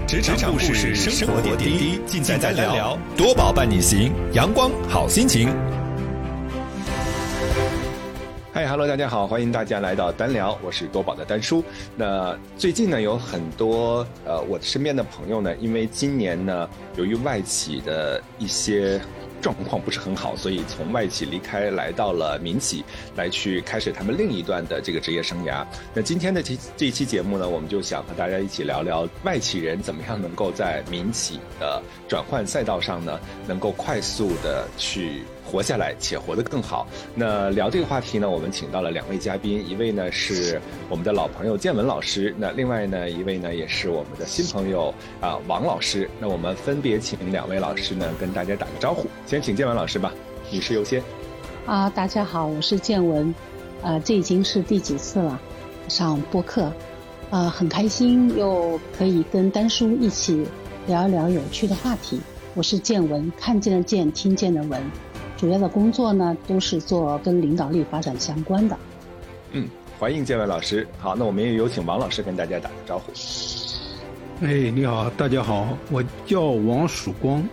职场故事，生活点滴，尽在单聊，多宝伴你行，阳光好心情。嗨 ，Hello， 大家好，欢迎大家来到单聊，我是多宝的丹叔。那最近呢，有很多我身边的朋友呢，因为今年呢，由于外企的一些状况不是很好，所以从外企离开，来到了民企，来去开始他们另一段的这个职业生涯。那今天的这一期节目呢，我们就想和大家一起聊聊外企人怎么样能够在民企的转换赛道上呢，能够快速的去活下来，且活得更好。那聊这个话题呢，我们请到了两位嘉宾，一位呢是我们的老朋友建文老师，那另外呢一位呢也是我们的新朋友王老师。那我们分别请两位老师呢跟大家打个招呼。先请建文老师吧，女士优先。 大家好，我是建文。这已经是第几次了上播客，很开心又可以跟丹叔一起聊一聊有趣的话题。我是建文，看见的见，听见的闻。主要的工作呢，都是做跟领导力发展相关的。 欢迎建文老师。好，那我们也有请王老师跟大家打个招呼。 你好，大家好，我叫王曙光。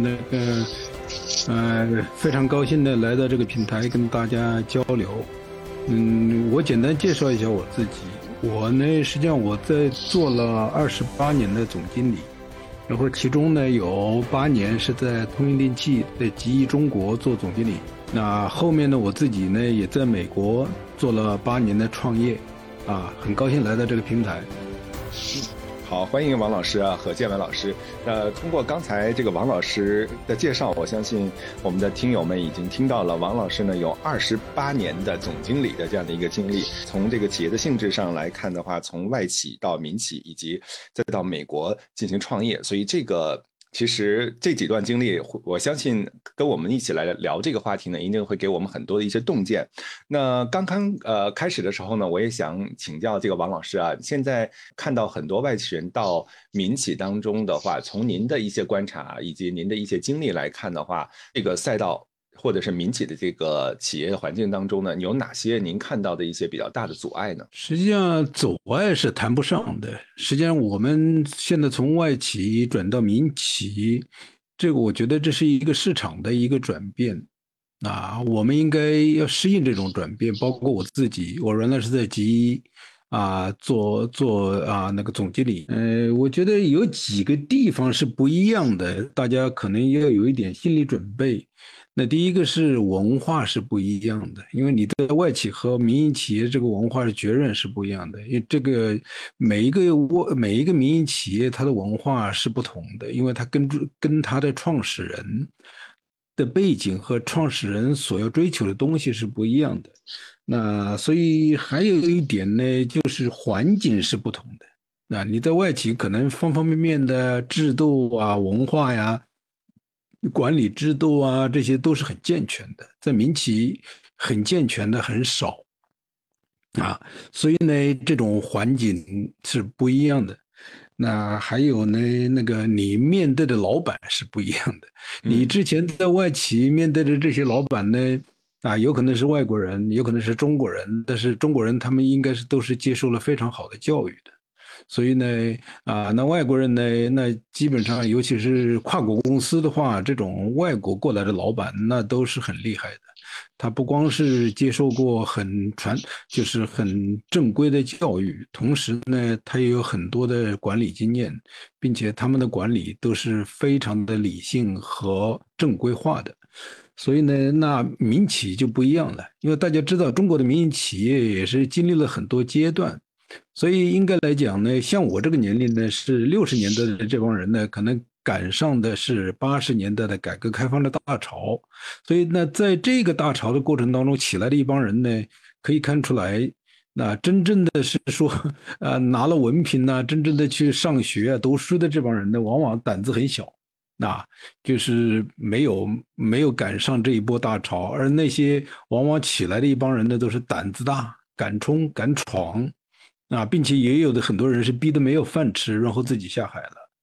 非常高兴的来到这个平台跟大家交流。我简单介绍一下我自己。我呢，实际上我在做了28年的总经理。然后其中呢有8年是在通用电气在极易中国做总经理，那后面呢我自己呢也在美国做了8年的创业，很高兴来到这个平台。 好，欢迎王老师和建文老师。通过刚才这个王老师的介绍，我相信我们的听友们已经听到了，王老师呢有28年的总经理的这样的一个经历。从这个企业的性质上来看的话，从外企到民企，以及再到美国进行创业，所以其实这几段经历，我相信跟我们一起来聊这个话题呢，一定会给我们很多的一些洞见。那刚刚开始的时候呢，我也想请教这个王老师现在看到很多外企人到民企当中的话，从您的一些观察以及您的一些经历来看的话，这个赛道或者是民企的这个企业环境当中呢，有哪些您看到的一些比较大的阻碍呢？ 实际上阻碍是谈不上的。实际上我们现在从外企转到民企，这个我觉得这是一个市场的一个转变我们应该要适应这种转变。包括我自己，我原来是在极易做那个总经理。我觉得有几个地方是不一样的，大家可能要有一点心理准备。那第一个是文化是不一样的，因为你在外企和民营企业这个文化是决然是不一样的。因为这个每一个民营企业它的文化是不同的，因为它跟它的创始人的背景和创始人所要追求的东西是不一样的。那所以还有一点呢，就是环境是不同的。那你在外企可能方方面面的制度文化管理制度这些都是很健全的，在民企很健全的很少所以呢这种环境是不一样的。那还有呢，那个你面对的老板是不一样的。你之前在外企面对的这些老板呢有可能是外国人，有可能是中国人，但是中国人他们应该都是接受了非常好的教育的。所以呢那外国人呢，那基本上尤其是跨国公司的话，这种外国过来的老板那都是很厉害的。他不光是接受过就是很正规的教育，同时呢他也有很多的管理经验，并且他们的管理都是非常的理性和正规化的。所以呢那民企就不一样了，因为大家知道中国的民营企业也是经历了很多阶段。所以应该来讲呢，像我这个年龄呢，是60年代的这帮人呢，可能赶上的是80年代的改革开放的大潮。所以呢，在这个大潮的过程当中起来的一帮人呢，可以看出来，那真正的是说拿了文凭真正的去上学读书的这帮人呢，往往胆子很小，就是没有赶上这一波大潮。而那些往往起来的一帮人呢，都是胆子大，敢冲敢闯并且也有的很多人是逼得没有饭吃，然后自己下海了。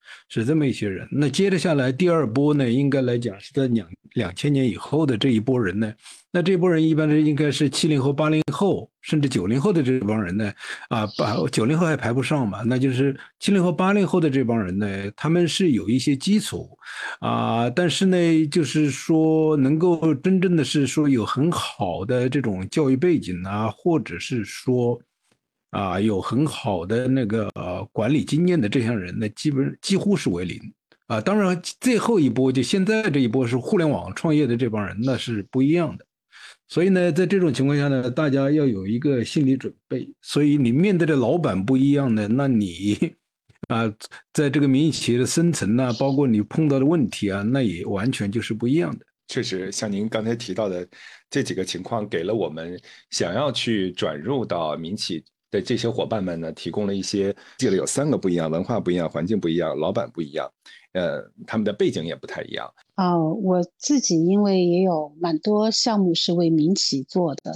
是这么一些人。那接着下来第二波呢，应该来讲是在2000年以后的这一波人呢，那这波人一般是应该是70后、80后甚至90后的这帮人呢，90后还排不上嘛，那就是70后、80后的这帮人呢，他们是有一些基础但是呢，就是说能够真正的是说有很好的这种教育背景或者是说有很好的那个管理经验的这些人呢，几乎是为零当然最后一波就现在这一波是互联网创业的这帮人，那是不一样的。所以呢，在这种情况下呢，大家要有一个心理准备。所以你面对的老板不一样呢，那你在这个民营企业的生存包括你碰到的问题那也完全就是不一样的。 确实，像您刚才提到的这几个情况，给了我们想要去转入到民企的这些伙伴们呢，提供了一些，记得有3个不一样：文化不一样，环境不一样，老板不一样，他们的背景也不太一样。 我自己因为也有蛮多项目是为民企做的，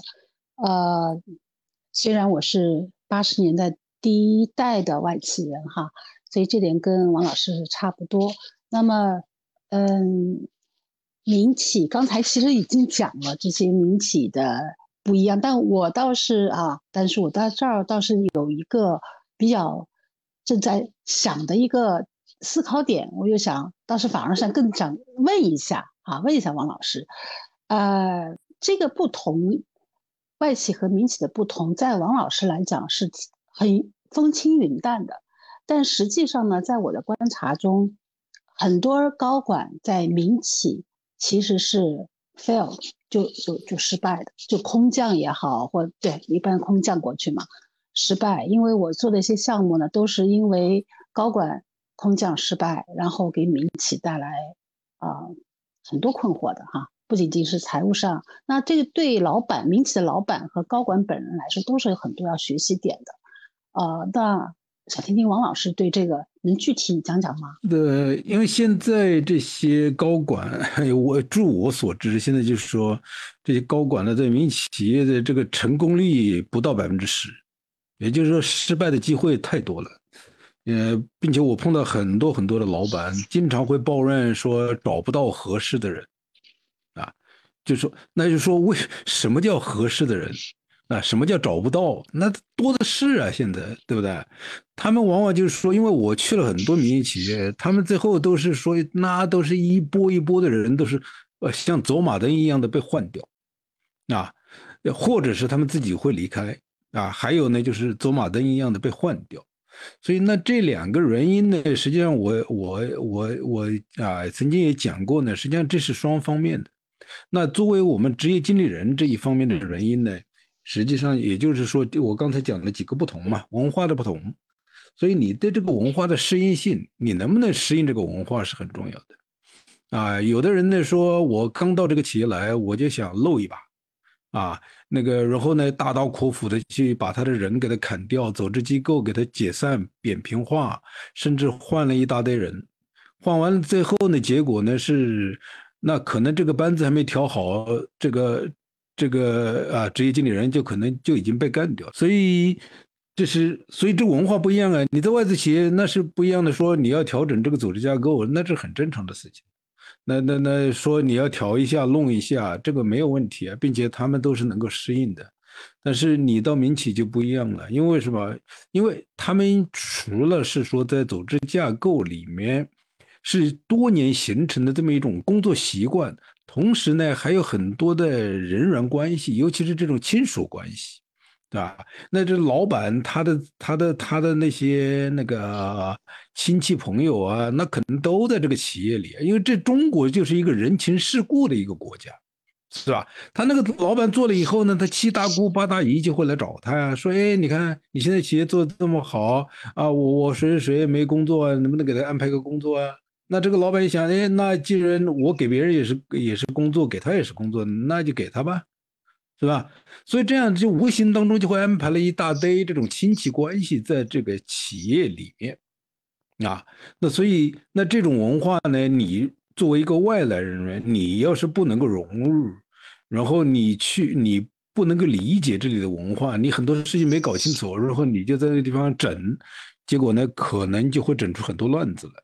虽然我是80年代第一代的外企人哈，所以这点跟王老师是差不多。那么，民企刚才其实已经讲了这些民企的不一样，但我倒是我到这儿倒是有一个比较正在想的一个思考点，我就想倒是反而更想问一下王老师，这个不同外企和民企的不同，在王老师来讲是很风轻云淡的，但实际上呢，在我的观察中，很多高管在民企其实是 fail 就失败的，就空降也好，或对一般空降过去嘛，失败。因为我做的一些项目呢，都是因为高管空降失败，然后给民企带来很多困惑的不仅仅是财务上，那这个对民企的老板和高管本人来说，都是有很多要学习点的。那想听听王老师对这个能具体讲讲吗？ 因为现在这些高管，据我所知，现在就是说这些高管呢，在民营企业的这个成功率不到10%，也就是说失败的机会太多了。并且我碰到很多很多的老板，经常会抱怨说找不到合适的人那就说什么叫合适的人什么叫找不到？那多的是现在对不对？他们往往就是说，因为我去了很多民营企业，他们最后都是说，那都是一波一波的人都是像走马灯一样的被换掉或者是他们自己会离开还有呢就是走马灯一样的被换掉。所以那这2个原因呢，实际上我曾经也讲过呢，实际上这是双方面的。那作为我们职业经理人这一方面的原因呢，实际上也就是说我刚才讲了几个不同嘛，文化的不同，所以你对这个文化的适应性，你能不能适应这个文化是很重要的有的人呢说我刚到这个企业来，我就想露一把然后呢，大刀阔斧的去把他的人给他砍掉，组织机构给他解散、扁平化，甚至换了一大堆人。换完了最后呢，结果呢是，那可能这个班子还没调好，这个职业经理人可能就已经被干掉。所以这文化不一样你在外资企业那是不一样的，说你要调整这个组织架构，那是很正常的事情。那说你要调一下弄一下，这个没有问题并且他们都是能够适应的。但是你到民企就不一样了，因为什么？因为他们除了是说在组织架构里面是多年形成的这么一种工作习惯，同时呢还有很多的人员关系，尤其是这种亲属关系。对吧？那这老板他的那些亲戚朋友那可能都在这个企业里，因为这中国就是一个人情世故的一个国家，是吧？他那个老板做了以后呢，他七大姑八大姨就会来找他说你看你现在企业做得这么好我谁没工作能不能给他安排个工作那这个老板一想，那既然我给别人也是工作，给他也是工作，那就给他吧。是吧？所以这样就无形当中就会安排了一大堆这种亲戚关系在这个企业里面那所以那这种文化呢，你作为一个外来人员，你要是不能够融入，然后你不能够理解这里的文化，你很多事情没搞清楚，然后你就在那个地方整，结果呢可能就会整出很多乱子来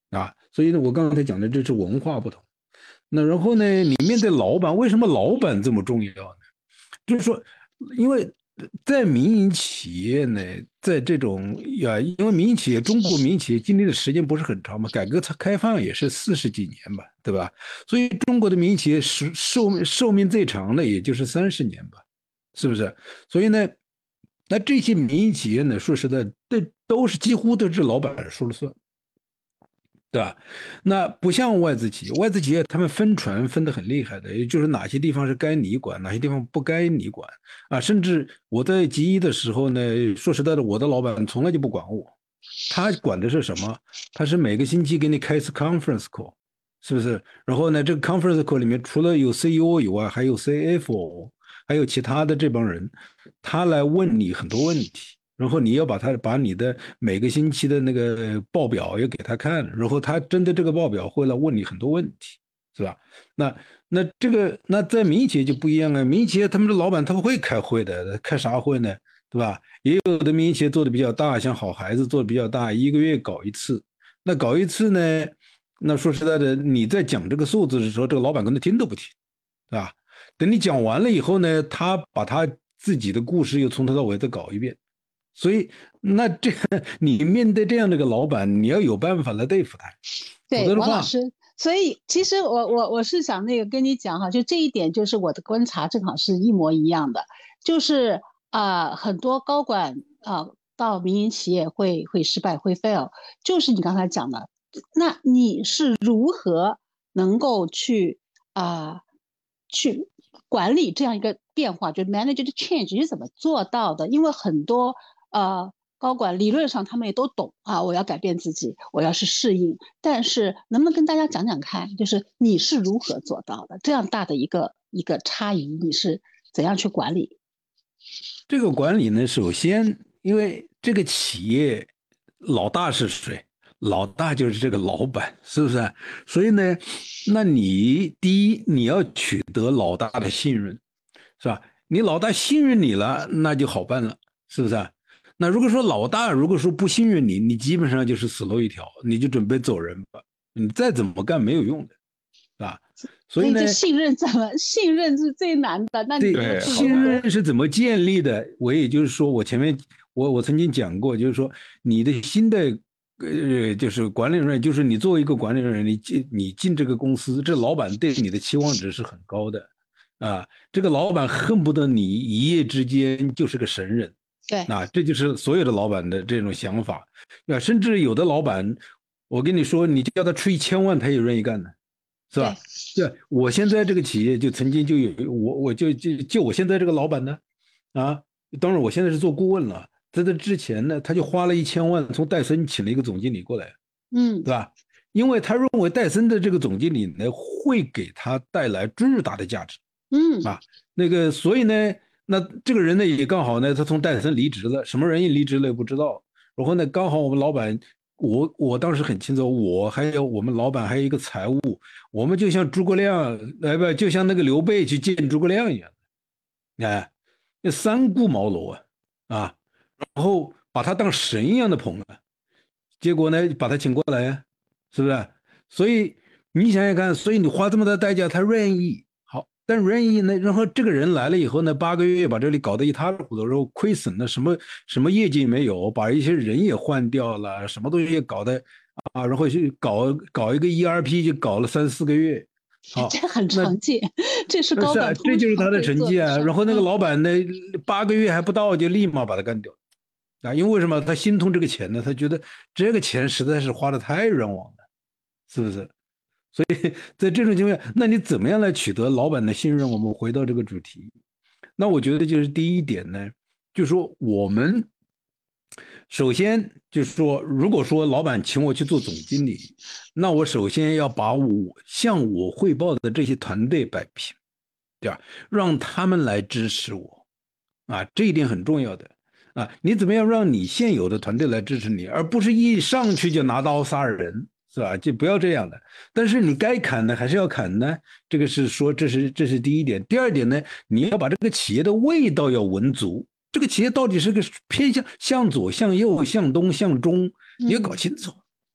啊。所以呢，我刚才讲的这是文化不同。那然后呢，你面对老板，为什么老板这么重要呢？就是说，因为在民营企业呢，在这种因为民营企业，中国民营企业经历的时间不是很长嘛，改革开放也是40几年吧，对吧？所以中国的民营企业寿命最长的也就是30年吧，是不是？所以呢，那这些民营企业呢，说实在，几乎都是老板说了算。对吧？那不像外资企业，外资企业他们分船分得很厉害的，也就是哪些地方是该你管，哪些地方不该你管啊。甚至我在吉一的时候呢，说实在的，我的老板从来就不管我，他管的是什么？他是每个星期给你开一次 conference call，是不是？然后呢，这个 conference call 里面除了有 CEO 以外，还有 CFO，还有其他的这帮人，他来问你很多问题。然后你要把你的每个星期的那个报表也给他看，然后他针对这个报表会来问你很多问题，是吧？那在民营企业就不一样啊，民营企业他们的老板他不会开会的，开啥会呢？对吧？也有的民营企业做的比较大，像好孩子做的比较大，一个月搞一次。那搞一次呢，那说实在的，你在讲这个数字的时候，这个老板可能听都不听，对吧？等你讲完了以后呢，他把他自己的故事又从头到尾再搞一遍。所以，那你面对这样的一个老板，你要有办法来对付他。 对，王老师，所以其实我是想那个跟你讲哈，就这一点就是我的观察正好是一模一样的，就是很多高管到民营企业会失败会 fail，就是你刚才讲的，那你是如何能够去去管理这样一个变化，就 manage the change 是怎么做到的？因为很多高管理论上他们也都懂我要改变自己，我要是适应，但是能不能跟大家讲讲看，就是你是如何做到的？这样大的一个差异，你是怎样去管理？ 这个管理呢，首先因为这个企业老大是谁？老大就是这个老板，是不是？所以呢，那你第一你要取得老大的信任，是吧？你老大信任你了，那就好办了，是不是？那如果说老大如果说不信任你，你基本上就是死路一条，你就准备走人吧。你再怎么干没有用的，是吧？所以呢， 信任是最难的。那你对信任是怎么建立的？我也就是说，我前面我曾经讲过，就是说你的新的就是管理人员，就是你作为一个管理人员，你进这个公司，这老板对你的期望值是很高的啊。这个老板恨不得你一夜之间就是个神人。 对， 这就是所有的老板的这种想法，甚至有的老板，我跟你说，你叫他出1000万，他也愿意干的，是吧？对，我现在这个企业就曾经就有我就我现在这个老板呢，当然我现在是做顾问了，在这之前呢，他就花了1000万从戴森请了一个总经理过来，对吧？因为他认为戴森的这个总经理呢会给他带来巨大的价值，所以呢。那这个人呢也刚好呢，他从戴森离职了，什么原因离职了也不知道。然后呢，刚好我们老板，我当时很清楚，我还有我们老板还有一个财务，我们就像诸葛亮，就像那个刘备去见诸葛亮一样，那三顾茅庐然后把他当神一样的捧结果呢把他请过来是不是？所以你想想看，所以你花这么大代价，他愿意。但愿意呢，然后这个人来了以后呢，8个月把这里搞得一塌糊涂，然后亏损了，什么业绩没有，把一些人也换掉了，什么东西也搞得然后去搞一个 ERP 就搞了3-4个月， 这很常见，这是高管这就是他的成绩啊。然后那个老板呢，8个月还不到就立马把他干掉因为为什么他心痛这个钱呢？他觉得这个钱实在是花的太冤枉了，是不是？所以在这种情况下，那你怎么样来取得老板的信任？我们回到这个主题，那我觉得就是第一点呢，就是说我们首先就是说，如果说老板请我去做总经理，那我首先要把向我汇报的这些团队摆平，对吧？让他们来支持我这一点很重要的你怎么样让你现有的团队来支持你，而不是一上去就拿刀杀人。是吧？就不要这样的。但是你该砍的还是要砍呢。这个是说，这是第一点。第二点呢，你要把这个企业的味道要闻足。这个企业到底是个偏向左、向右、向东、向中，你要搞清楚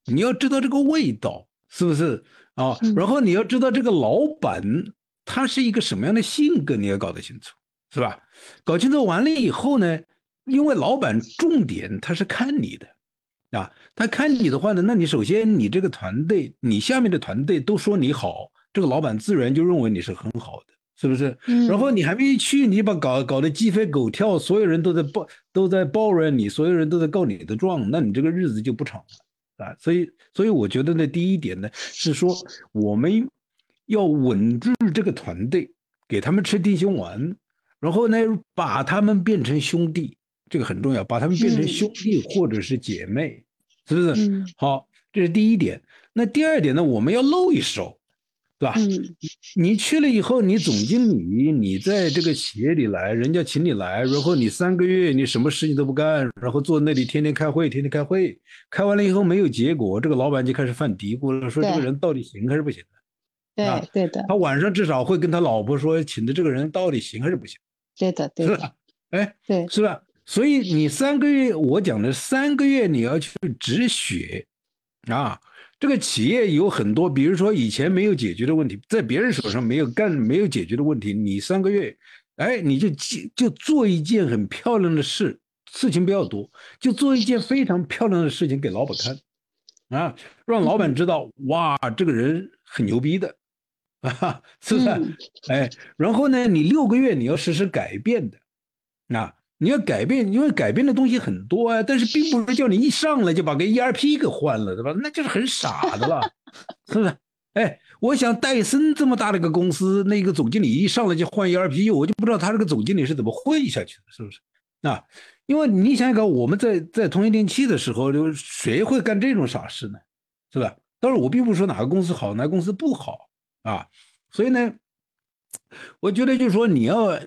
你要知道这个味道是不是啊？然后你要知道这个老板他是一个什么样的性格，你要搞得清楚，是吧？搞清楚完了以后呢，因为老板重点他是看你的。他看你的话呢，那你首先你这个团队，你下面的团队都说你好，这个老板自然就认为你是很好的，是不是？然后你还没去，你把搞得鸡飞狗跳，所有人都在抱怨你，所有人都在告你的状，那你这个日子就不长了啊。所以我觉得呢，第一点呢是说我们要稳住这个团队，给他们吃定心丸，然后呢把他们变成兄弟。这个很重要，把他们变成兄弟或者是姐妹，是不是？好，这是第一点。那第二点呢，我们要露一手，对吧？你去了以后，你总经理，你在这个企业里来，人家请你来，然后你3个月你什么事情都不干，然后坐那里天天开会，天天开会，开完了以后没有结果，这个老板就开始犯嘀咕了，说这个人到底行还是不行的？对的。 他晚上至少会跟他老婆说，请的这个人到底行还是不行？ 对的， 是吧？哎， 对， 是吧？所以你3个月，我讲的3个月你要去止血啊。这个企业有很多，比如说以前没有解决的问题，在别人手上没有解决的问题，你3个月，哎，你就做一件很漂亮的事情不要多，就做一件非常漂亮的事情给老板看啊，让老板知道，哇，这个人很牛逼的啊，是不是？哎，然后呢，你6个月你要实施改变的啊。你要改变，因为改变的东西很多啊，但是并不是叫你一上来就把个 ERP 给换了，对吧？那就是很傻的了，是不是？哎，我想戴森这么大的一个公司，那个总经理一上来就换 ERP， 我就不知道他这个总经理是怎么混下去的，是不是？啊，因为你想想看，我们在通信电器的时候，就谁会干这种傻事呢？是吧？当然，我并不是说哪个公司好，哪个公司不好啊，所以呢。我觉得就是说，你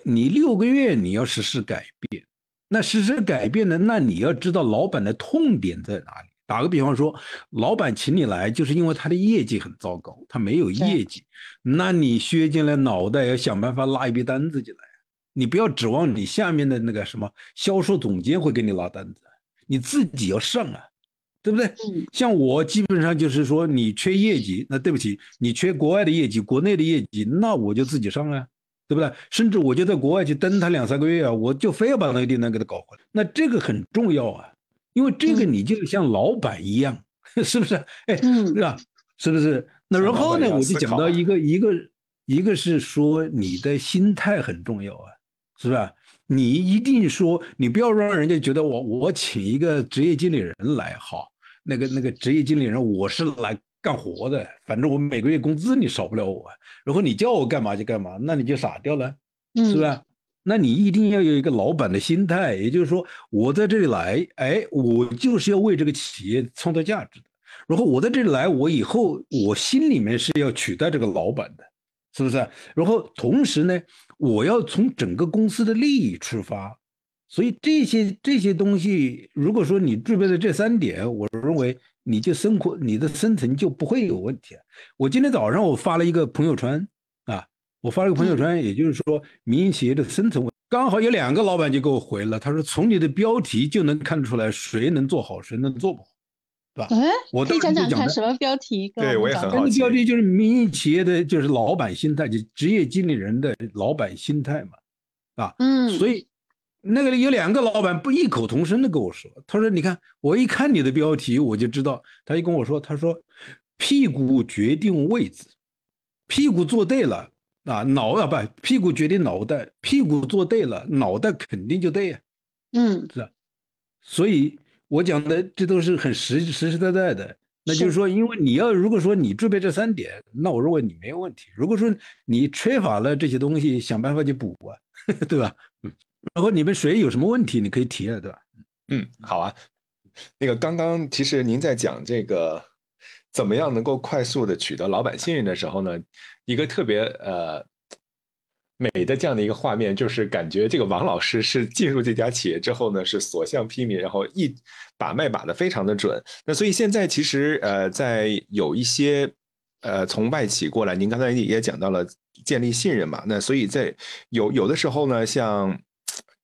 6个月你要实施改变，那实施改变呢，那你要知道老板的痛点在哪里。打个比方说，老板请你来就是因为他的业绩很糟糕，他没有业绩，那你削进来脑袋要想办法拉一笔单子进来，你不要指望你下面的那个什么销售总监会给你拉单子，你自己要上啊。对不对？像我基本上就是说，你缺业绩，那对不起，你缺国外的业绩，国内的业绩，那我就自己上啊，对不对？甚至我就在国外去登他2、3个月啊，我就非要把那个订单给他搞回来。那这个很重要啊，因为这个你就像老板一样，是不是？哎，是吧？是不是？那然后呢，我就讲到一个是说你的心态很重要啊，是吧？你一定说，你不要让人家觉得我请一个职业经理人来好。那个职业经理人，我是来干活的，反正我每个月工资你少不了我，然后你叫我干嘛就干嘛，那你就傻掉了，是吧？那你一定要有一个老板的心态，也就是说，我在这里来，哎，我就是要为这个企业创造价值的，然后我在这里来，我以后我心里面是要取代这个老板的，是不是？然后同时呢，我要从整个公司的利益出发。所以这些东西，如果说你具备了这3点，我认为你的生存就不会有问题。我今天早上我发了一个朋友圈啊，也就是说民营企业的生存，刚好有2个老板就给我回了，他说从你的标题就能看出来谁能做好，谁能做不好，对吧？我可以讲讲看什么标题？ 对，我也很好奇。 标题就是民营企业的就是老板心态，就职业经理人的老板心态嘛，啊，所以。那个有2个老板不异口同声的跟我说，他说：“你看，我一看你的标题，我就知道。”他就跟我说：“他说，屁股决定位置，屁股坐对了啊，屁股决定脑袋，屁股坐对了，脑袋肯定就对呀。”是吧？所以我讲的这都是很实实在在的。那就是说，因为如果说你具备这3点，那我认为你没有问题。如果说你缺乏了这些东西，想办法去补啊，对吧？然后你们谁有什么问题，你可以提啊，对吧？ 好啊。那个刚刚其实您在讲这个怎么样能够快速的取得老板信任的时候呢，一个特别美的这样的一个画面，就是感觉这个王老师是进入这家企业之后呢，是所向披靡，然后一把脉把得非常的准。那所以现在其实在有一些从外企过来，您刚才也讲到了建立信任嘛，那所以在有的时候呢，像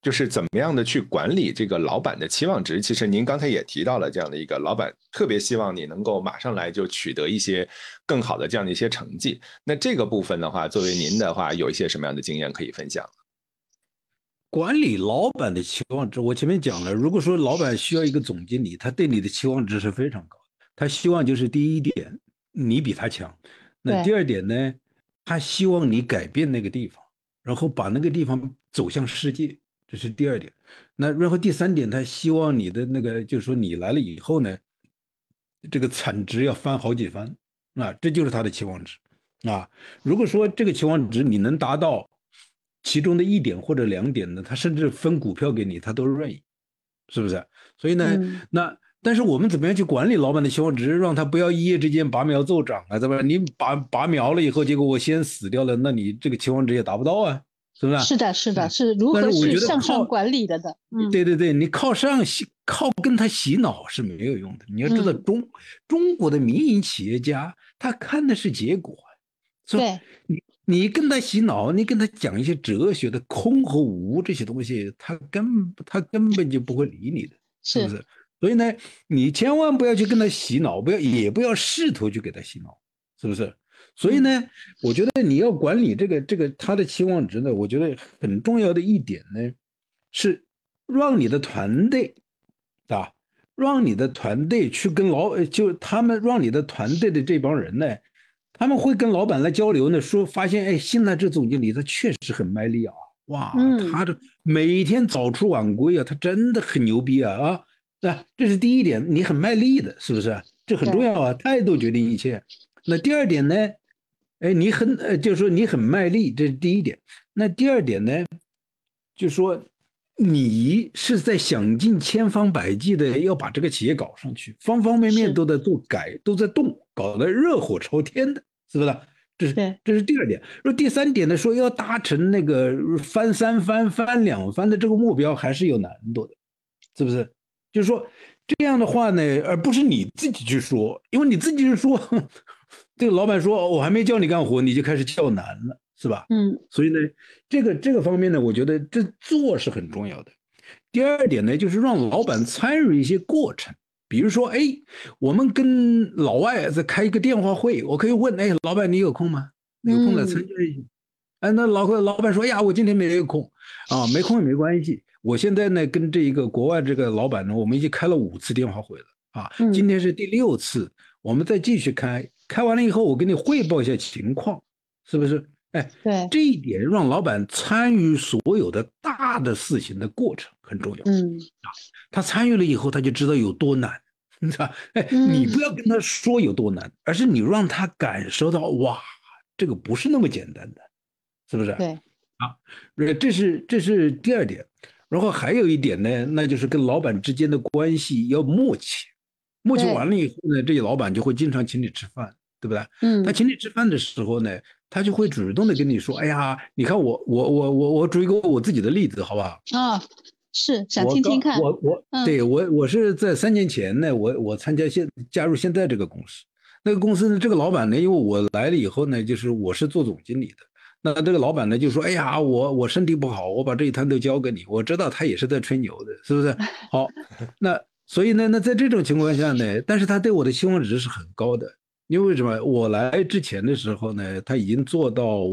就是怎么样的去管理这个老板的期望值。其实您刚才也提到了这样的一个老板特别希望你能够马上来就取得一些更好的这样的一些成绩。那这个部分的话，作为您的话，有一些什么样的经验可以分享？ 管理老板的期望值，我前面讲了，如果说老板需要一个总经理，他对你的期望值是非常高的。他希望就是第一点，你比他强；那第二点呢，他希望你改变那个地方，然后把那个地方走向世界，这是第二点。那然后第三点，他希望你的那个，就是说你来了以后呢，这个产值要翻好几番啊，这就是他的期望值啊。如果说这个期望值你能达到其中的一点或者两点呢，他甚至分股票给你，他都愿意，是不是？所以呢，但是我们怎么样去管理老板的期望值，让他不要一夜之间拔苗助长啊？对吧？你拔苗了以后，结果我先死掉了，那你这个期望值也达不到啊，是不是？ 是的，是的，是如何是向上管理的。 对对对，你靠跟他洗脑是没有用的。你要知道中国的民营企业家他看的是结果， 对， 你跟他洗脑，你跟他讲一些哲学的空和无这些东西，他根本就不会理你的，是不是？所以呢，你千万不要去跟他洗脑，也不要试图去给他洗脑，是不是？所以呢，我觉得你要管理这个他的期望值呢，我觉得很重要的一点呢，是让你的团队啊，让你的团队去跟让你的团队的这帮人呢，他们会跟老板来交流呢，发现哎，现在这总经理他确实很卖力啊，哇，他这每天早出晚归啊，他真的很牛逼啊，这是第一点，你很卖力的，是不是？这很重要啊，态度决定一切。那第二点呢？哎，就是说你很卖力，这是第一点。那第二点呢，就是说你是在想尽千方百计的要把这个企业搞上去，方方面面都在都在动，搞得热火朝天的，是不是？这是第二点。说第三点呢，说要达成那个翻3番、翻2番的这个目标，还是有难度的，是不是？就是说这样的话呢，而不是你自己去说，因为你自己去说。这个老板说：“我还没叫你干活，你就开始叫难了，是吧？”所以呢，这个方面呢，我觉得这做是很重要的。第二点呢，就是让老板参与一些过程，比如说，哎，我们跟老外在开一个电话会，我可以问，哎，老板你有空吗？有空来参加一下。哎，那老板说，哎呀，我今天没有空啊，没空也没关系。我现在呢，跟这一个国外这个老板呢，我们已经开了5次电话会了啊，今天是第6次，我们再继续开。开完了以后，我给你汇报一下情况，是不是？哎， 对， 这一点让老板参与所有的大的事情的过程很重要。他参与了以后，他就知道有多难，你知道？哎，你不要跟他说有多难，而是你让他感受到，哇，这个不是那么简单的，是不是？ 对， 啊，这是第二点。然后还有一点呢，那就是跟老板之间的关系要默契。默契完了以后呢，这些老板就会经常请你吃饭。对不对？他请你吃饭的时候呢，他就会主动的跟你说：“哎呀，你看我举一个我自己的例子，好不好？” 是想听听看。 我是在3年前呢，我加入现在这个公司。那个公司呢，这个老板呢，因为我来了以后呢，就是我是做总经理的。那这个老板呢就说：“哎呀，我身体不好，我把这一摊都交给你。”我知道他也是在吹牛的，是不是？好，所以呢，那在这种情况下呢，但是他对我的期望值是很高的。因为什么？我来之前的时候呢，他已经做到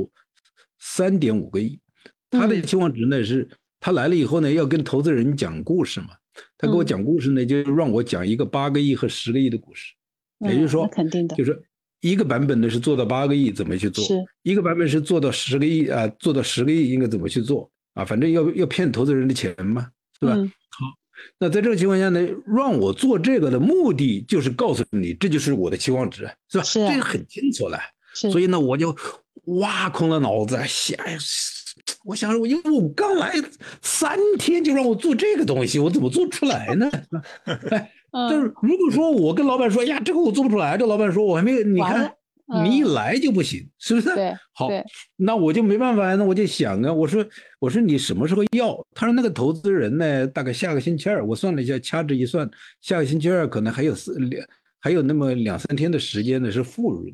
3.5个亿。他的期望值呢是，他来了以后呢，要跟投资人讲故事嘛。他给我讲故事呢，就让我讲一个8个亿和10个亿的故事。也就是说， 肯定的， 就是一个版本呢是做到8个亿怎么去做，一个版本是做到10个亿啊，做到10个亿应该怎么去做啊？反正要骗投资人的钱嘛，是吧？好。那在这个情况下呢，让我做这个的目的就是告诉你，这就是我的期望值，是吧？这个很清楚了。所以呢，我就挖空了脑子想，我想说，因为我刚来3天就让我做这个东西，我怎么做出来呢？哎，但是如果说我跟老板说，呀，这个我做不出来，这老板说我还没，你看。你一来就不行，是不是？ 对， 好，那我就没办法，那我就想啊，我说你什么时候要？他说那个投资人呢，大概下个星期2，我算了一下，掐指一算，下个星期2可能还有那么2、3天的时间呢是富裕的。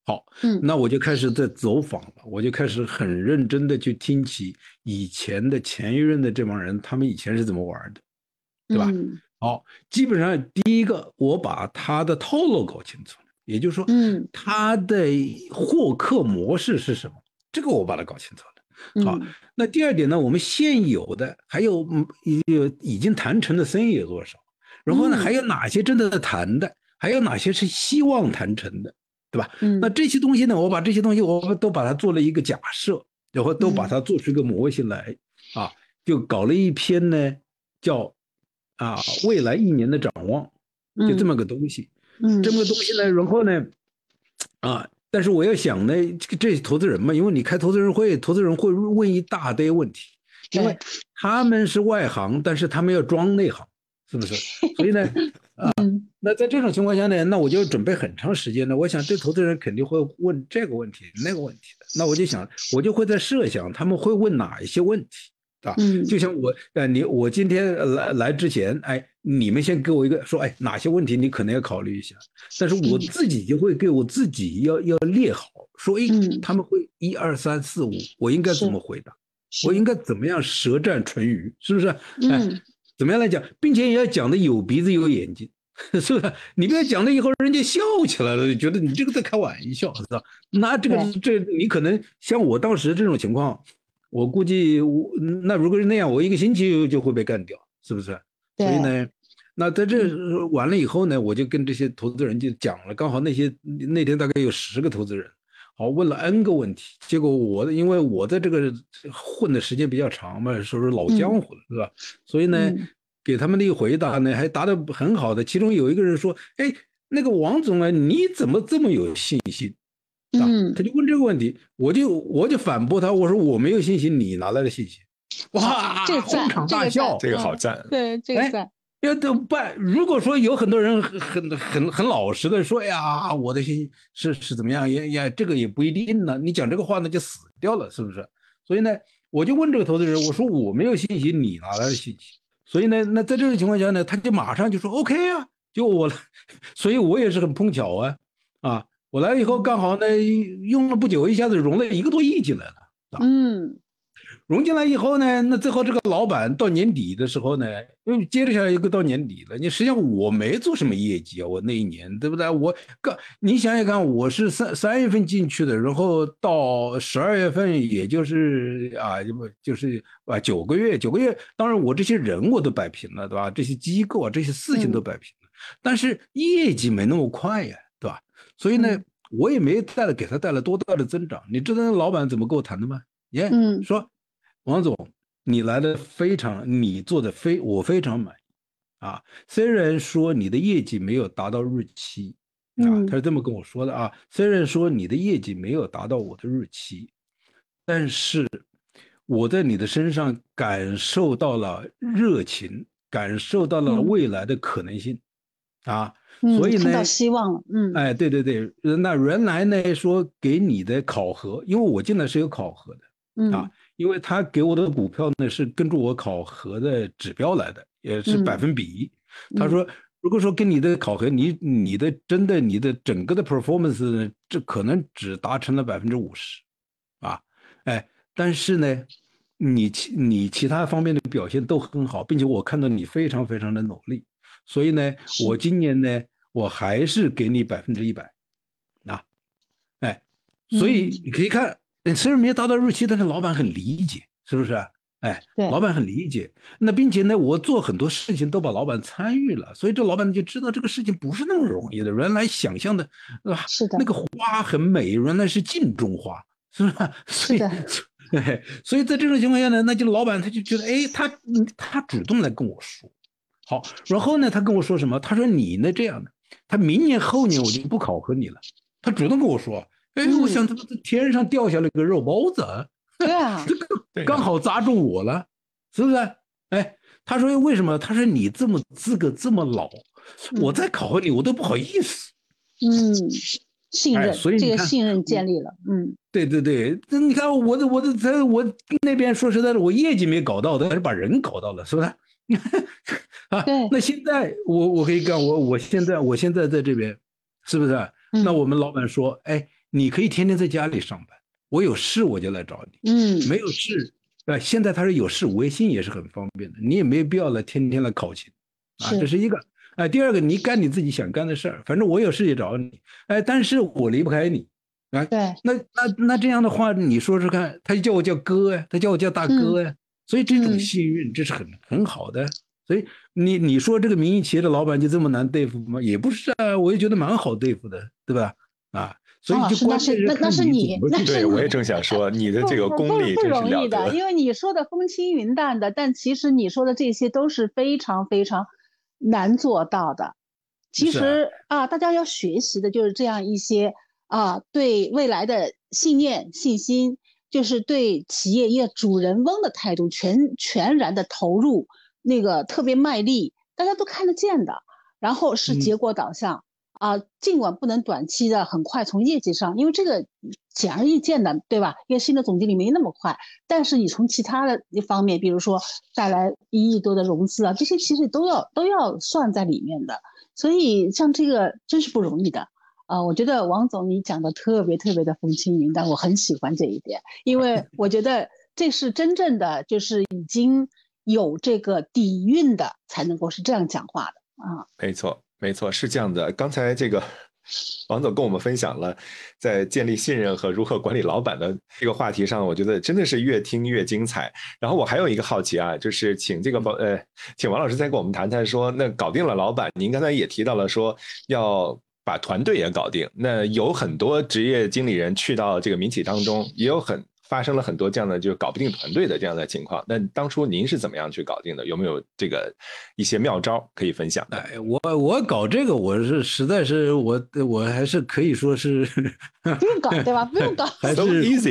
好，那我就开始在走访了，我就开始很认真的去听起以前的前一任的这帮人，他们以前是怎么玩的，对吧？好，基本上第一个，我把他的套路搞清楚了，也就是说，他的获客模式是什么，这个我把它搞清楚了。好，那第二点呢，我们现有的还有已经谈成的生意有多少？然后呢，还有哪些真的谈的，还有哪些是希望谈成的，对吧？那这些东西呢，我把这些东西我都把它做了一个假设，然后都把它做出一个模型来，就搞了一篇呢，叫未来1年的展望，就这么个东西，这么个东西呢，然后呢，但是我要想呢，这投资人嘛，因为你开投资人会，投资人会问一大堆问题，因为他们是外行，但是他们要装内行，是不是？所以呢，那在这种情况下呢，那我就准备很长时间呢。我想这投资人肯定会问这个问题、那个问题的，那我就想，我就会在设想他们会问哪一些问题。就像我今天来之前，你们先给我一个说，哪些问题你可能要考虑一下，但是我自己就会给我自己要列好，说，他们会1、2、3、4、5，我应该怎么回答，我应该怎么样舌战唇语，是不是？怎么样来讲，并且也要讲的有鼻子有眼睛，是不是？你不要讲了以后人家笑起来了，觉得你这个在开玩笑，是吧？那这你可能像我当时这种情况。我估计那如果是那样，我1个星期就会被干掉，是不是？所以呢，那在这完了以后呢，我就跟这些投资人就讲了，刚好那天大概有10个投资人，好，问了 N 个问题，结果因为我在这个混的时间比较长嘛，说是老江湖了，是吧？所以呢，给他们的一个回答呢，还答得很好的。其中有一个人说：“那个王总啊，你怎么这么有信心？”他就问这个问题，我就反驳他，我说我没有信心，你哪来的信心？哇，哄堂大笑， 这个好赞， 对，这个赞。 要怎么办？如果说有很多人很老实的说，呀，我的信心是怎么样？这个也不一定呢。你讲这个话呢，就死掉了，是不是？所以呢，我就问这个投资人，我说我没有信心，你哪来的信心？所以呢，那在这种情况下呢，他就马上就说 OK 啊，就我了。所以我也是很碰巧啊。我来了以后，刚好呢，用了不久，一下子融了1个多亿进来了。融进来以后呢，那最后这个老板到年底的时候呢，因为接着下来一个到年底了，实际上我没做什么业绩啊，我那一年，对不对？你想想看，我是3月份进去的，然后到12月份，也就是9个月，9个月，当然我这些人我都摆平了，对吧？这些机构这些事情都摆平了，但是业绩没那么快呀，对吧？所以呢，我也没给他带来多大的增长。你知道老板怎么跟我谈的吗？说王总，你来的你做的我非常满意虽然说你的业绩没有达到日期他是这么跟我说的虽然说你的业绩没有达到我的日期，但是我在你的身上感受到了热情，感受到了未来的可能性所以呢， 看到希望了。 对对对，那原来呢说给你的考核，因为我进来是有考核的因为他给我的股票呢是根据我考核的指标来的，也是百分比。他说，如果说跟你的考核，你的整个的 performance 呢，这可能只达成了50%但是呢，你其他方面的表现都很好，并且我看到你非常非常的努力。所以呢，我今年呢，我还是给你100%所以你可以看，虽然没有达到日期，但是老板很理解，是不是老板很理解。那并且呢，我做很多事情都把老板参与了，所以这老板就知道这个事情不是那么容易的。原来想象的， 是的， 那个花很美，原来是镜中花，是吧？ 是的。 所以在这种情况下呢，那就老板他就觉得，他主动来跟我说。好，然后呢，他跟我说什么？他说你呢这样的，他明年后年我就不考核你了。他主动跟我说，我想他天上掉下来个肉包子， 对啊， 刚好砸中我了，是不是？他说为什么？他说你这么资格这么老，我再考核你我都不好意思。 信任，所以这个信任建立了。 对对对，你看我那边说实在的，我业绩没搞到，但是把人搞到了，是不是？ 对。 那现在我可以干，我现在在这边，是不是？那我们老板说， 你可以天天在家里上班，我有事我就来找你，没有事，现在他是有事，微信也是很方便的，你也没必要天天来考勤啊，这是一个。第二个，你干你自己想干的事儿，反正我有事也找你，但是我离不开你， 对， 那这样的话，你说说看，他就叫我叫哥呀，他叫我叫大哥呀，所以这种幸运，这是很好的。所以你说这个民营企业的老板就这么难对付吗？也不是啊，我也觉得蛮好对付的，对吧？所以就关键那是你， 对，我也正想说，你的这个功力真是了得。 不容易的，因为你说的风轻云淡的，但其实你说的这些都是非常非常难做到的。其实大家要学习的就是这样一些对未来的信念、信心，就是对企业主人翁的态度，全然的投入，那个特别卖力，大家都看得见的。然后是结果导向。尽管不能短期的很快从业绩上，因为这个显而易见的，对吧？因为新的总经理没那么快，但是你从其他的一方面，比如说带来1亿多的融资这些其实都要算在里面的。所以像这个真是不容易的我觉得王总你讲的特别特别的风轻云淡，我很喜欢这一点，因为我觉得这是真正的就是已经有这个底蕴的才能够是这样讲话的没错，是这样的。刚才这个王总跟我们分享了在建立信任和如何管理老板的这个话题上，我觉得真的是越听越精彩。然后我还有一个好奇就是请王老师再跟我们谈谈说，那搞定了老板，您刚才也提到了说要把团队也搞定。那有很多职业经理人去到这个民企当中，也有发生了很多这样的就搞不定团队的这样的情况。那当初您是怎么样去搞定的？有没有这个一些妙招可以分享的？ 我搞这个，我是实在是我还是可以说是不用搞，对吧？不用搞， 还是 so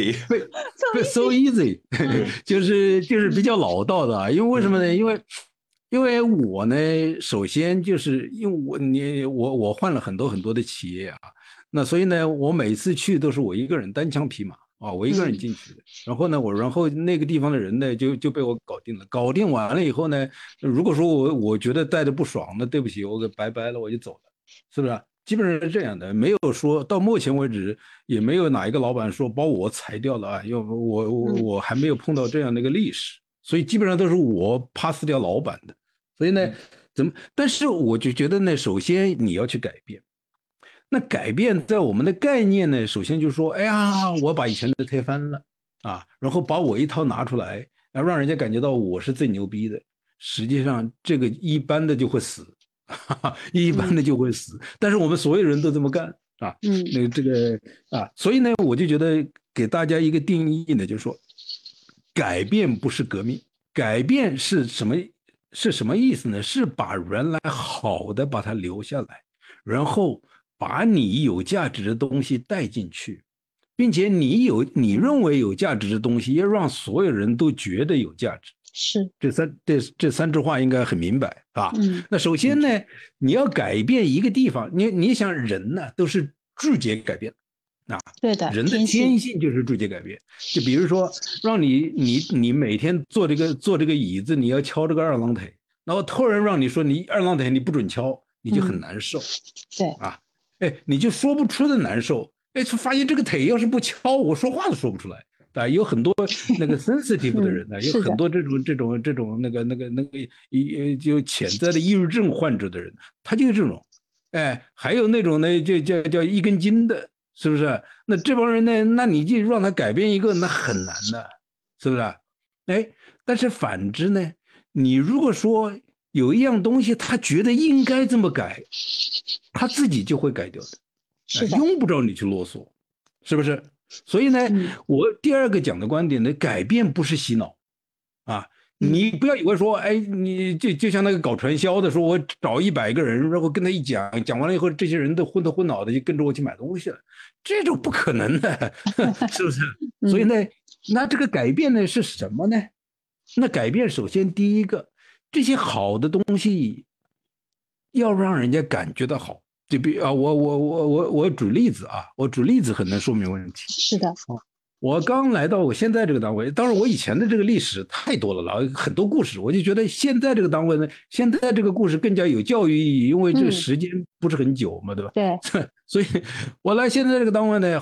easy，so easy，就是比较老道的因为为什么呢？因为我呢，首先就是因为我换了很多很多的企业那所以呢，我每次去都是我一个人单枪匹马。我一个人进去的，然后呢，然后那个地方的人呢，就被我搞定了。搞定完了以后呢，如果说我觉得带的不爽，那对不起，我给拜拜了，我就走了，是不是？基本上是这样的，没有说到目前为止也没有哪一个老板说把我裁掉了因为我还没有碰到这样的一个历史，所以基本上都是我 pass 掉老板的。所以呢，但是我就觉得呢，首先你要去改变。那改变在我们的概念呢，首先就是说，哎呀，我把以前的推翻了然后把我一套拿出来，让人家感觉到我是最牛逼的。实际上，这个一般的就会死，一般的就会死。但是我们所有人都这么干那个这个所以呢，我就觉得给大家一个定义呢，就是说，改变不是革命，改变是什么意思呢？是把原来好的把它留下来，然后把你有价值的东西带进去，并且你认为有价值的东西，要让所有人都觉得有价值。 是这三句话应该很明白那首先呢，你要改变一个地方，你想人呢都是拒绝改变对的， 人的天性就是拒绝改变。就比如说，让你每天坐这个椅子，你要敲这个二郎腿，然后突然让你说你二郎腿你不准敲，你就很难受。 对你就说不出的难受。就发现这个腿要是不敲，我说话都说不出来。有很多那个 sensitive 的人有很多这种那个就潜在的抑郁症患者的人，他就是这种。还有那种呢，就叫一根筋的。是不是？那这帮人呢？那你就让他改变一个，那很难的，是不是？但是反之呢，你如果说有一样东西，他觉得应该这么改，他自己就会改掉的，用不着你去啰嗦，是不是？所以呢，我第二个讲的观点呢，改变不是洗脑你不要以为说，你就像那个搞传销的，说我找100个人，然后跟他一讲完了以后，这些人都昏脑的就跟着我去买东西了，这种不可能的，是不是？所以呢，那这个改变呢是什么呢？那改变首先第一个，这些好的东西要让人家感觉到好。就比我举例子我举例子很能说明问题。 是的。 我刚来到我现在这个单位，当然我以前的这个历史太多了很多故事，我就觉得现在这个单位呢，现在这个故事更加有教育意义，因为这个时间不是很久嘛，对吧？ 对。 所以我来现在这个单位呢，好，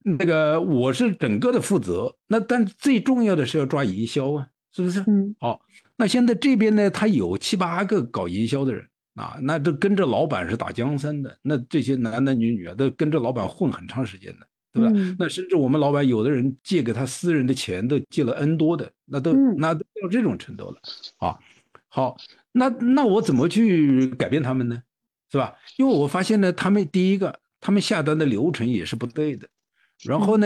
那个我是整个的负责，那但最重要的是要抓营销啊，是不是？好，那现在这边呢，他有7、8个搞营销的人啊，那都跟着老板是打江山的，那这些男男女女啊，都跟着老板混很长时间的，对吧？那甚至我们老板有的人借给他私人的钱都借了 N 多的，那都到这种程度了啊。好，那我怎么去改变他们呢？是吧？因为我发现呢，第一个，他们下单的流程也是不对的。然后呢，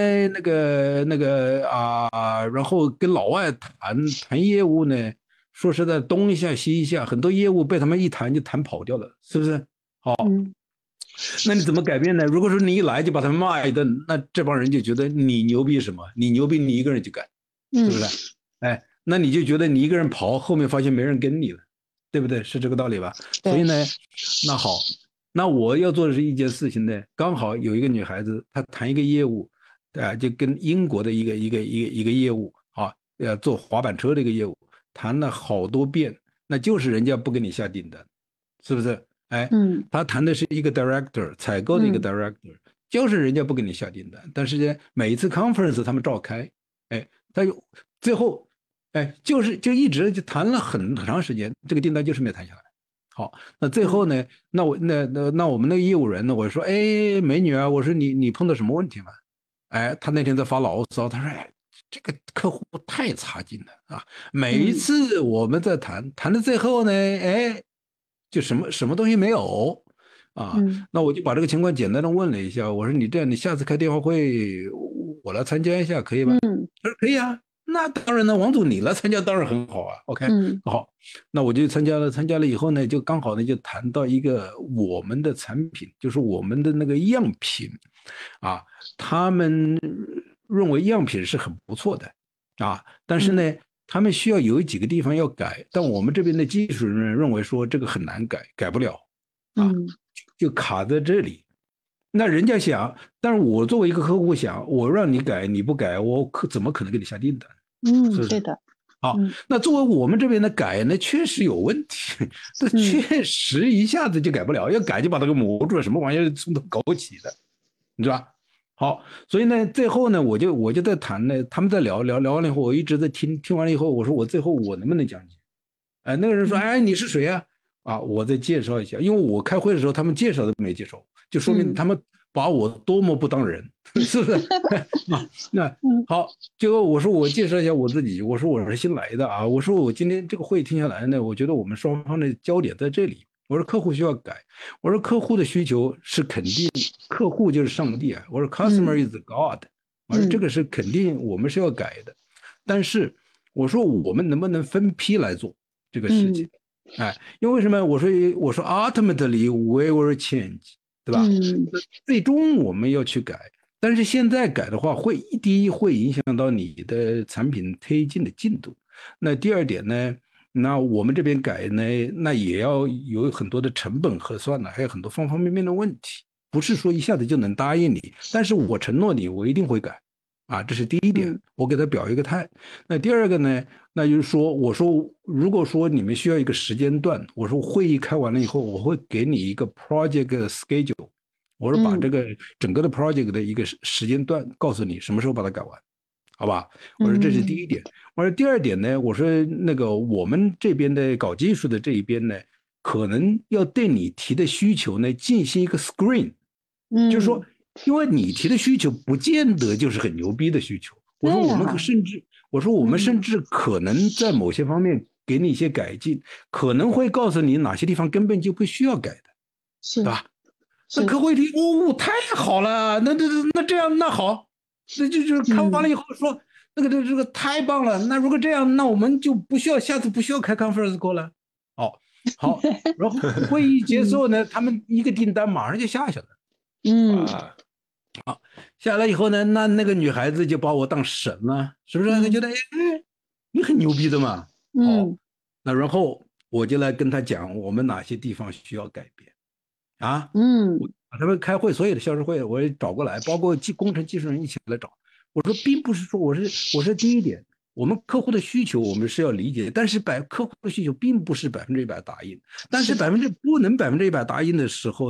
然后跟老外谈业务呢，说实在东一下西一下，很多业务被他们一谈就谈跑掉了，是不是？好，那你怎么改变呢？如果说你一来就把他们骂一顿，那这帮人就觉得你牛逼什么？你牛逼你一个人就干，是不是？哎，那你就觉得你一个人跑，后面发现没人跟你了，对不对？是这个道理吧？所以呢，那好。那我要做的是一件事情呢，刚好有一个女孩子，她谈一个业务，就跟英国的一个业务啊，做滑板车的一个业务，谈了好多遍，那就是人家不给你下订单，是不是？哎，他谈的是一个 director 采购的一个 director，就是人家不给你下订单，但是呢，每一次 conference 他们召开，哎，他又最后，哎，就一直就谈了很长时间，这个订单就是没有谈下来。好，那最后呢？那我们那个业务人呢？我说，哎，美女啊，我说你碰到什么问题吗？哎，他那天在发牢骚，他说，哎，这个客户太差劲了啊！每一次我们在谈到最后呢，哎，就什么东西没有啊？那我就把这个情况简单的问了一下，我说你这样，你下次开电话会我来参加一下可以吧？他说可以啊。那当然呢，王总你来参加当然很好啊。OK，好，那我就参加了以后呢，就刚好呢就谈到一个我们的产品，就是我们的那个样品，啊，他们认为样品是很不错的，啊，但是呢，他们需要有几个地方要改，但我们这边的技术人认为说这个很难改，改不了，啊，就卡在这里。那人家想，但是我作为一个客户想，我让你改你不改，我怎么可能给你下订单？是不是？ 对的。 好，那作为我们这边的改呢，确实有问题，这确实一下子就改不了，要改就把它给磨住了，什么玩意儿从头搞起的，你知道吧？好，所以呢，最后呢，我就在谈呢，他们在聊完了以后，我一直在听完了以后，我说我最后我能不能讲解？哎，那个人说，哎，你是谁啊？啊，我再介绍一下，因为我开会的时候他们介绍都没介绍，就说明他们把我多么不当人，是不是？那好，结果我说我介绍一下我自己，我说我是新来的啊，我说我今天这个会听下来呢，我觉得我们双方的焦点在这里。我说客户需要改，我说客户的需求是肯定，客户就是上帝啊，我说 customer is God，我说这个是肯定我们是要改的，但是我说我们能不能分批来做这个事情？哎，因为什么？我说 ultimately we will change， 对吧？最终我们要去改，但是现在改的话，第一会影响到你的产品推进的进度。那第二点呢？那我们这边改呢，那也要有很多的成本核算呢，还有很多方方面面的问题，不是说一下子就能答应你。但是我承诺你，我一定会改。啊，这是第一点，我给他表一个态。那第二个呢，那就是说，我说如果说你们需要一个时间段，我说会议开完了以后，我会给你一个 project schedule， 我说把这个整个的 project 的一个时间段告诉你什么时候把它改完，好吧？我说这是第一点。我说第二点呢，我说那个我们这边的搞技术的这一边呢，可能要对你提的需求呢进行一个 screen，就是说。因为你提的需求不见得就是很牛逼的需求，我说我们甚至可能在某些方面给你一些改进，可能会告诉你哪些地方根本就不需要改的， 是吧？那客户一听，哦，太好了，那这样那好，那就是看完了以后说，那个这个太棒了，那如果这样，那我们就下次不需要开 conference call 了，好，然后会议结束呢，他们一个订单马上就下去了。好，下来以后呢，那个女孩子就把我当神了，是不是？她觉得，哎，你很牛逼的嘛。好，那然后我就来跟她讲我们哪些地方需要改变啊。我把他们开会所有的销售会我也找过来，包括工程技术人一起来找。我说，并不是说我说第一点，我们客户的需求我们是要理解，但是客户的需求并不是100%答应，但是不能100%答应的时候呢。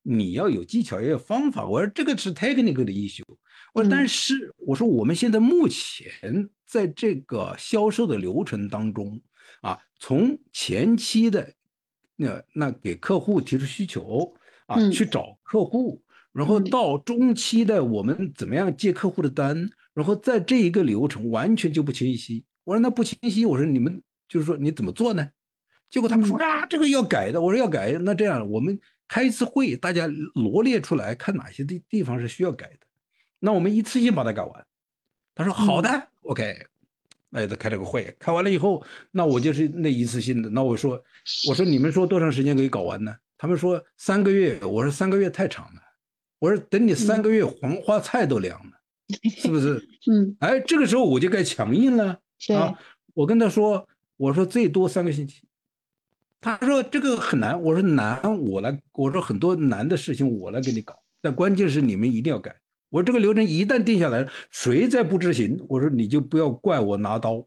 你要有技巧，要有方法。我说这个是 technical 的issue。我说但是我说我们现在目前在这个销售的流程当中啊，从前期的那给客户提出需求啊，去找客户，然后到中期的我们怎么样接客户的单，然后在这一个流程完全就不清晰。我说那不清晰，我说你们就是说你怎么做呢？结果他们说啊，这个要改的。我说要改，那这样我们开一次会，大家罗列出来，看哪些地方是需要改的，那我们一次性把它改完。他说好的，OK，那就开了个会，开完了以后，那我就是那一次性的。那我说你们说多长时间可以搞完呢？他们说3个月。我说3个月太长了。我说等你3个月黄花菜都凉了，是不是？哎，这个时候我就该强硬了啊！我跟他说，我说最多3个星期。他说这个很难。我说难，我说很多难的事情我来给你搞，但关键是你们一定要改。我说这个流程一旦定下来，谁再不执行，我说你就不要怪我拿刀。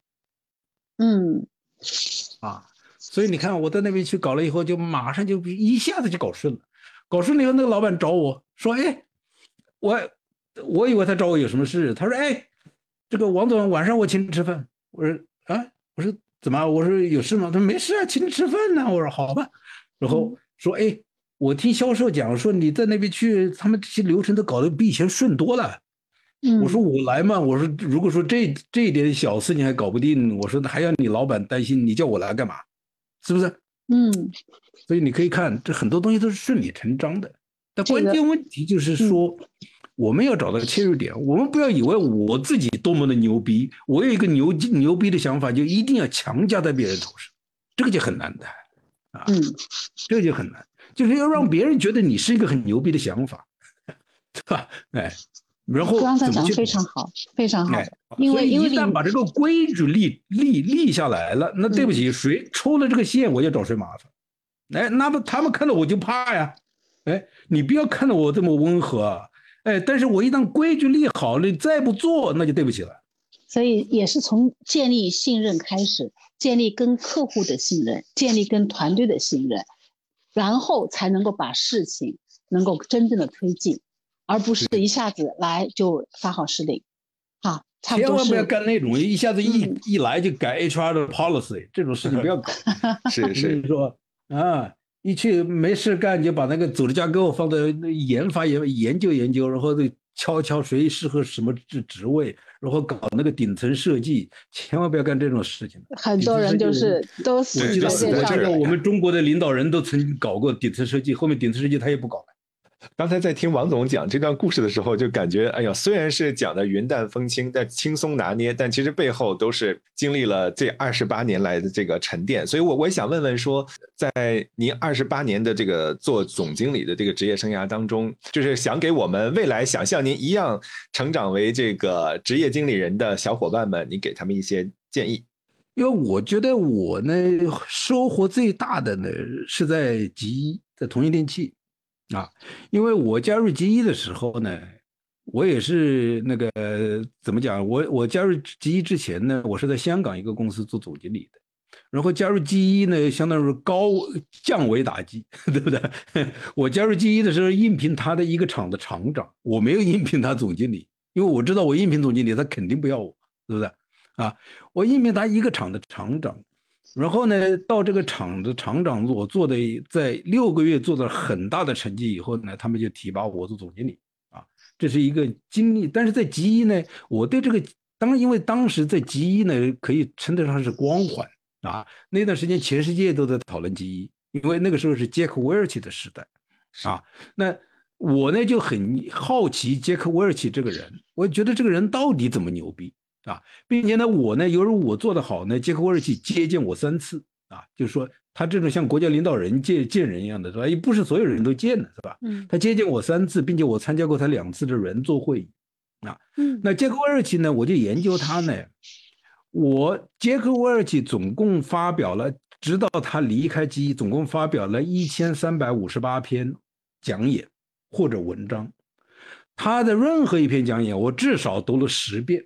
所以你看我在那边去搞了以后，就马上就一下子就搞顺了。搞顺了以后，那个老板找我说，哎，我以为他找我有什么事。他说，哎，这个王总晚上我请你吃饭。我说啊，我说怎么？我说有事吗？他说没事啊，请你吃饭呢。我说好吧。然后说，哎，我听销售讲说你在那边去，他们这些流程都搞得比以前顺多了。我说我来嘛，我说如果说这一点小事你还搞不定，我说还要你老板担心，你叫我来干嘛？是不是？所以你可以看，这很多东西都是顺理成章的。但关键问题就是说，我们要找到切入点。我们不要以为我自己多么的牛逼，我有一个牛逼的想法，就一定要强加在别人头上，这个就很难的啊。这个就很难，就是要让别人觉得你是一个很牛逼的想法，对吧？哎，然后刚才讲的非常好，非常好。因为一旦把这个规矩立下来了，那对不起，谁抽了这个线，我就找谁麻烦。哎，那么他们看到我就怕呀。哎，你不要看到我这么温和，哎，但是我一旦规矩立好了，你再不做，那就对不起了。 所以也是从建立信任开始，建立跟客户的信任，建立跟团队的信任，然后才能够把事情能够真正的推进，而不是一下子来就发号施令。好，差不多。 千万不要干那种一下子一来就改 HR 的 policy 这种事情，不要搞。 是你说啊。一去没事干，就把那个组织架构放在研究，然后敲谁适合什么职位，然后搞那个顶层设计，千万不要干这种事情。 很多人就是都死在这上。 我们中国的领导人都曾搞过顶层设计，后面顶层设计他也不搞了。 刚才在听王总讲这段故事的时候，就感觉哎呀，虽然是讲的云淡风轻，但轻松拿捏，但其实背后都是经历了这28年来的这个沉淀。所以我也想问问说，在您28年的这个做总经理的这个职业生涯当中，就是想给我们未来想像您一样成长为这个职业经理人的小伙伴们，你给他们一些建议。 因为我觉得我呢，收获最大的呢是在同一电器。因为我加入吉一的时候呢，我也是那个怎么讲？我加入吉一之前呢，我是在香港一个公司做总经理的，然后加入吉一呢，相当于降维打击，对不对？我加入吉一的时候应聘他的一个厂的厂长，我没有应聘他总经理，因为我知道我应聘总经理他肯定不要我，对不对？我应聘他一个厂的厂长。然后呢，到这个厂的厂长，我做的在6个月做了很大的成绩以后呢，他们就提拔我做总经理这是一个经历。但是在吉一呢，我对这个因为当时在吉一呢，可以称得上是光环那段时间全世界都在讨论吉一，因为那个时候是杰克韦尔奇的时代那我呢就很好奇杰克韦尔奇这个人，我觉得这个人到底怎么牛逼并且呢，我呢，由于我做得好呢，杰克韦尔奇接见我3次就是说他这种像国家领导人见人一样的是吧？也不是所有人都见的是吧？他接见我3次，并且我参加过他2次的人座会议那杰克韦尔奇呢，我就研究他呢，杰克韦尔奇总共发表了，直到他离开吉一，总共发表了1358篇讲演或者文章，他的任何一篇讲演，我至少读了10遍。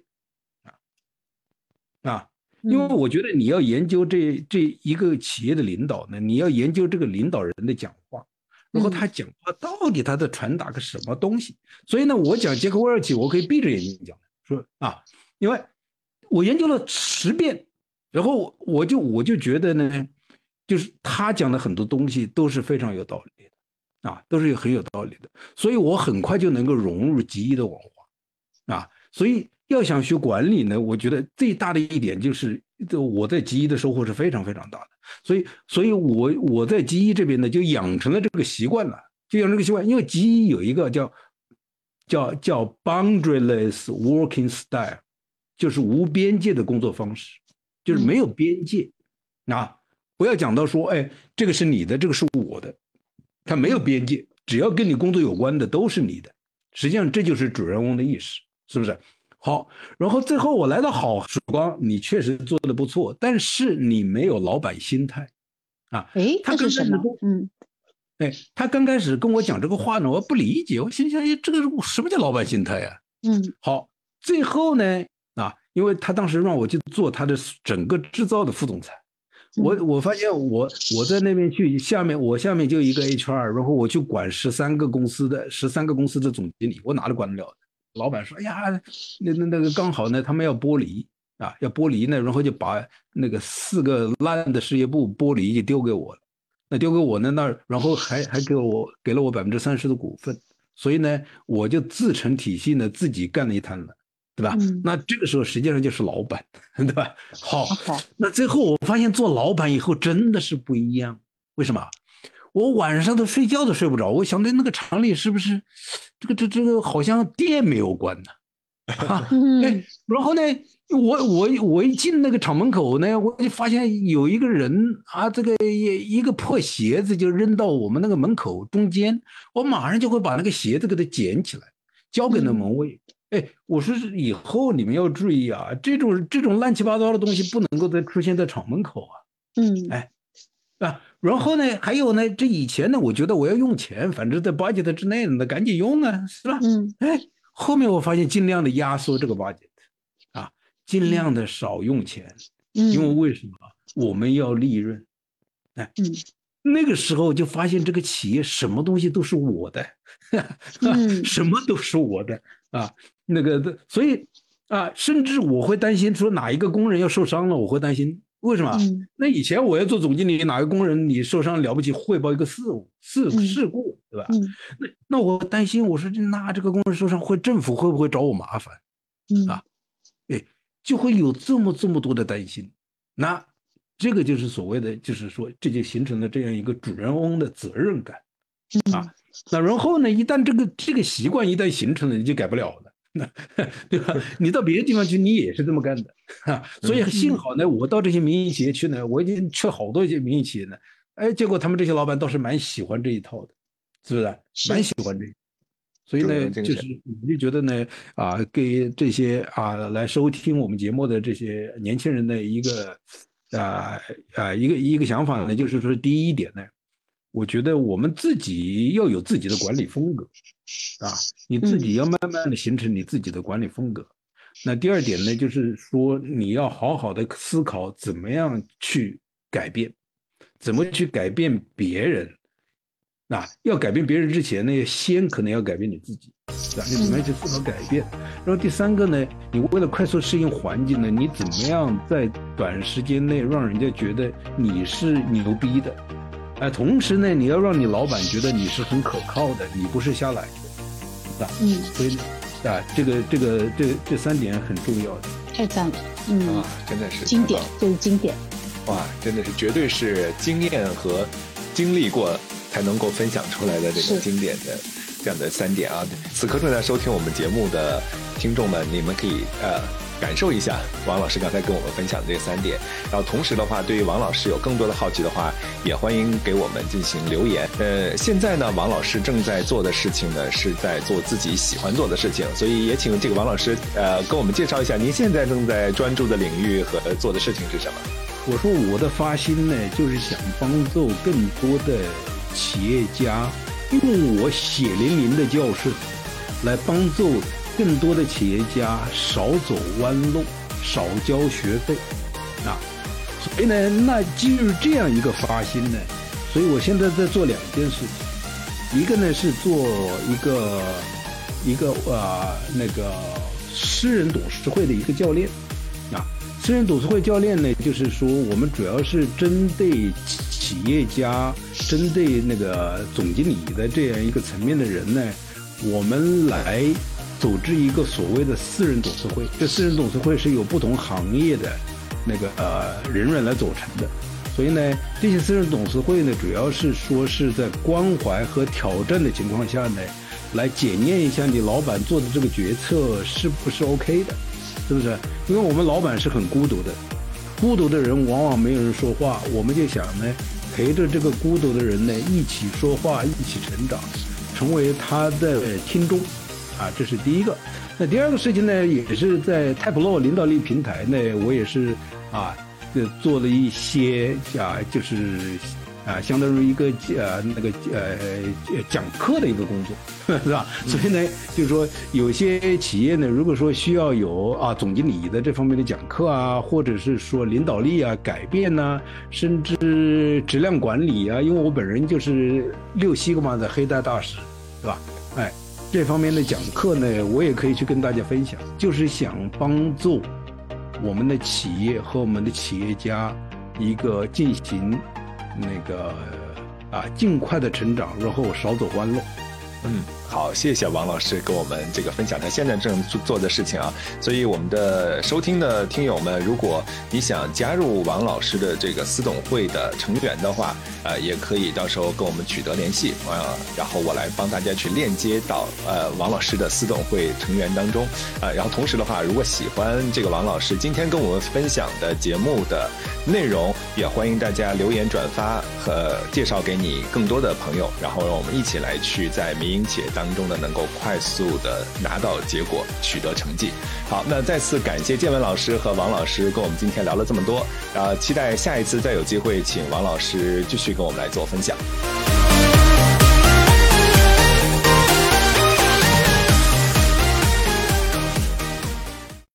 因为我觉得你要研究这一个企业的领导呢，你要研究这个领导人的讲话， 然后他讲话到底他在传达个什么东西。所以呢，我讲杰克韦尔奇，我可以闭着眼睛讲，说啊，因为我研究了10遍，然后我就觉得呢，就是他讲的很多东西都是非常有道理的啊，都是很有道理的，所以我很快就能够融入极易的文化啊。所以要想学管理呢，我觉得最大的一点就是我在极易的收获是非常非常大的。所以我在极易这边呢就养成了这个习惯了，因为极易有一个叫 boundaryless working style， 就是无边界的工作方式，就是没有边界啊，不要讲到说，哎，这个是你的，这个是我的，它没有边界，只要跟你工作有关的都是你的。实际上这就是主人翁的意识，是不是？好，然后最后我来到好曙光，你确实做得不错，但是你没有老板心态啊。 他是什么？ 他刚开始跟我讲这个话呢，我不理解，我心想，这个什么叫老板心态啊？好，最后呢，因为他当时让我去做他的整个制造的副总裁，我发现我在那边去我下面就一个 HR， 然后我去管13个公司的总经理，我哪里管得了的？老板说：“哎呀，那个刚好呢，他们要剥离呢，然后就把那个4个烂的事业部剥离就丢给我了。那丢给我呢，然后还给了我30%的股份，所以呢，我就自成体系呢，自己干了一摊了，对吧？那这个时候实际上就是老板，对吧？好，那最后我发现做老板以后真的是不一样，为什么？我晚上都睡觉都睡不着，我想着那个厂里是不是这个好像电没有关呢？然后呢，我一进那个厂门口呢，我就发现有一个人啊，这个一个破鞋子就扔到我们那个门口中间，我马上就会把那个鞋子给它捡起来，交给那门卫。我说以后你们要注意啊，这种乱七八糟的东西不能够再出现在厂门口啊。然后呢，还有呢，这以前呢，我觉得我要用钱，反正在 budget 之内那赶紧用啊，是吧？后面我发现尽量的压缩这个 budget 啊，尽量的少用钱，因为什么？我们要利润。那个时候就发现这个企业什么东西都是我的，什么都是我的啊，所以甚至我会担心说哪一个工人要受伤了，我会担心。为什么？那以前我要做总经理，哪个工人你受伤了不起，汇报一个事故，对吧？那我担心，我说那这个工人受伤，政府会不会找我麻烦？就会有这么多的担心。那这个就是所谓的，就是说这就形成了这样一个主人翁的责任感那然后呢，一旦这个习惯一旦形成了，你就改不了了。对吧？你到别的地方去，你也是这么干的所以幸好呢，我到这些民营企业去呢，我已经去好多一些民营企业呢，结果他们这些老板倒是蛮喜欢这一套的，是不是？蛮喜欢这个。所以呢，就是我就觉得呢，给这些来收听我们节目的这些年轻人的一个一个想法呢，就是说第一点呢，我觉得我们自己要有自己的管理风格你自己要慢慢的形成你自己的管理风格。那第二点呢，就是说你要好好的思考怎么样去改变，怎么去改变别人。要改变别人之前呢，先可能要改变你自己，你怎么样去思考改变。然后第三个呢，你为了快速适应环境呢，你怎么样在短时间内让人家觉得你是牛逼的。同时呢，你要让你老板觉得你是很可靠的，你不是瞎来的，所以这3点很重要的。 太赞了， 真的是经典，这是经典。 哇，真的是绝对是经验和经历过才能够分享出来的这个经典的这样的3点啊。此刻正在收听我们节目的听众们，你们可以感受一下王老师刚才跟我们分享的这3点，然后同时的话，对于王老师有更多的好奇的话，也欢迎给我们进行留言。现在呢，王老师正在做的事情呢，是在做自己喜欢做的事情，所以也请这个王老师跟我们介绍一下您现在正在专注的领域和做的事情是什么。 我说我的发心呢，就是想帮助更多的企业家用我血淋淋的教训来帮助更多的企业家少走弯路，少交学费所以呢，那基于这样一个发心呢，所以我现在在做2件事情。 一个呢是做一个那个私人董事会的一个教练啊。私人董事会教练呢，就是说我们主要是针对企业家、针对那个总经理的这样一个层面的人呢，我们来组织一个所谓的私人董事会。这私人董事会是由不同行业的那个人员来组成的。所以呢，这些私人董事会呢，主要是说是在关怀和挑战的情况下呢，来检验一下你老板做的这个决策是不是 OK 的，是不是？因为我们老板是很孤独的，孤独的人往往没有人说话，我们就想呢，陪着这个孤独的人呢一起说话，一起成长，成为他的听众，啊，这是第一个。那第二个事情呢，也是在Typelo领导力平台呢，我也是做了一些就是相当于一个讲课的一个工作，是吧？所以呢，就是说有些企业呢，如果说需要有总经理的这方面的讲课啊，或者是说领导力啊、改变呐，甚至质量管理啊，因为我本人就是6西格玛的黑带大使，是吧？这方面的讲课呢，我也可以去跟大家分享，就是想帮助我们的企业和我们的企业家一个进行那个尽快的成长，然后少走弯路。 好，谢谢王老师跟我们这个分享他现在正做的事情啊。所以我们的收听的听友们，如果你想加入王老师的这个私董会的成员的话，也可以到时候跟我们取得联系然后我来帮大家去链接到王老师的私董会成员当中然后同时的话，如果喜欢这个王老师今天跟我们分享的节目的内容，也欢迎大家留言转发和介绍给你更多的朋友，然后让我们一起来去在民营企业当中呢，能够快速的拿到结果，取得成绩。好，那再次感谢建文老师和王老师跟我们今天聊了这么多，期待下一次再有机会请王老师继续跟我们来做分享。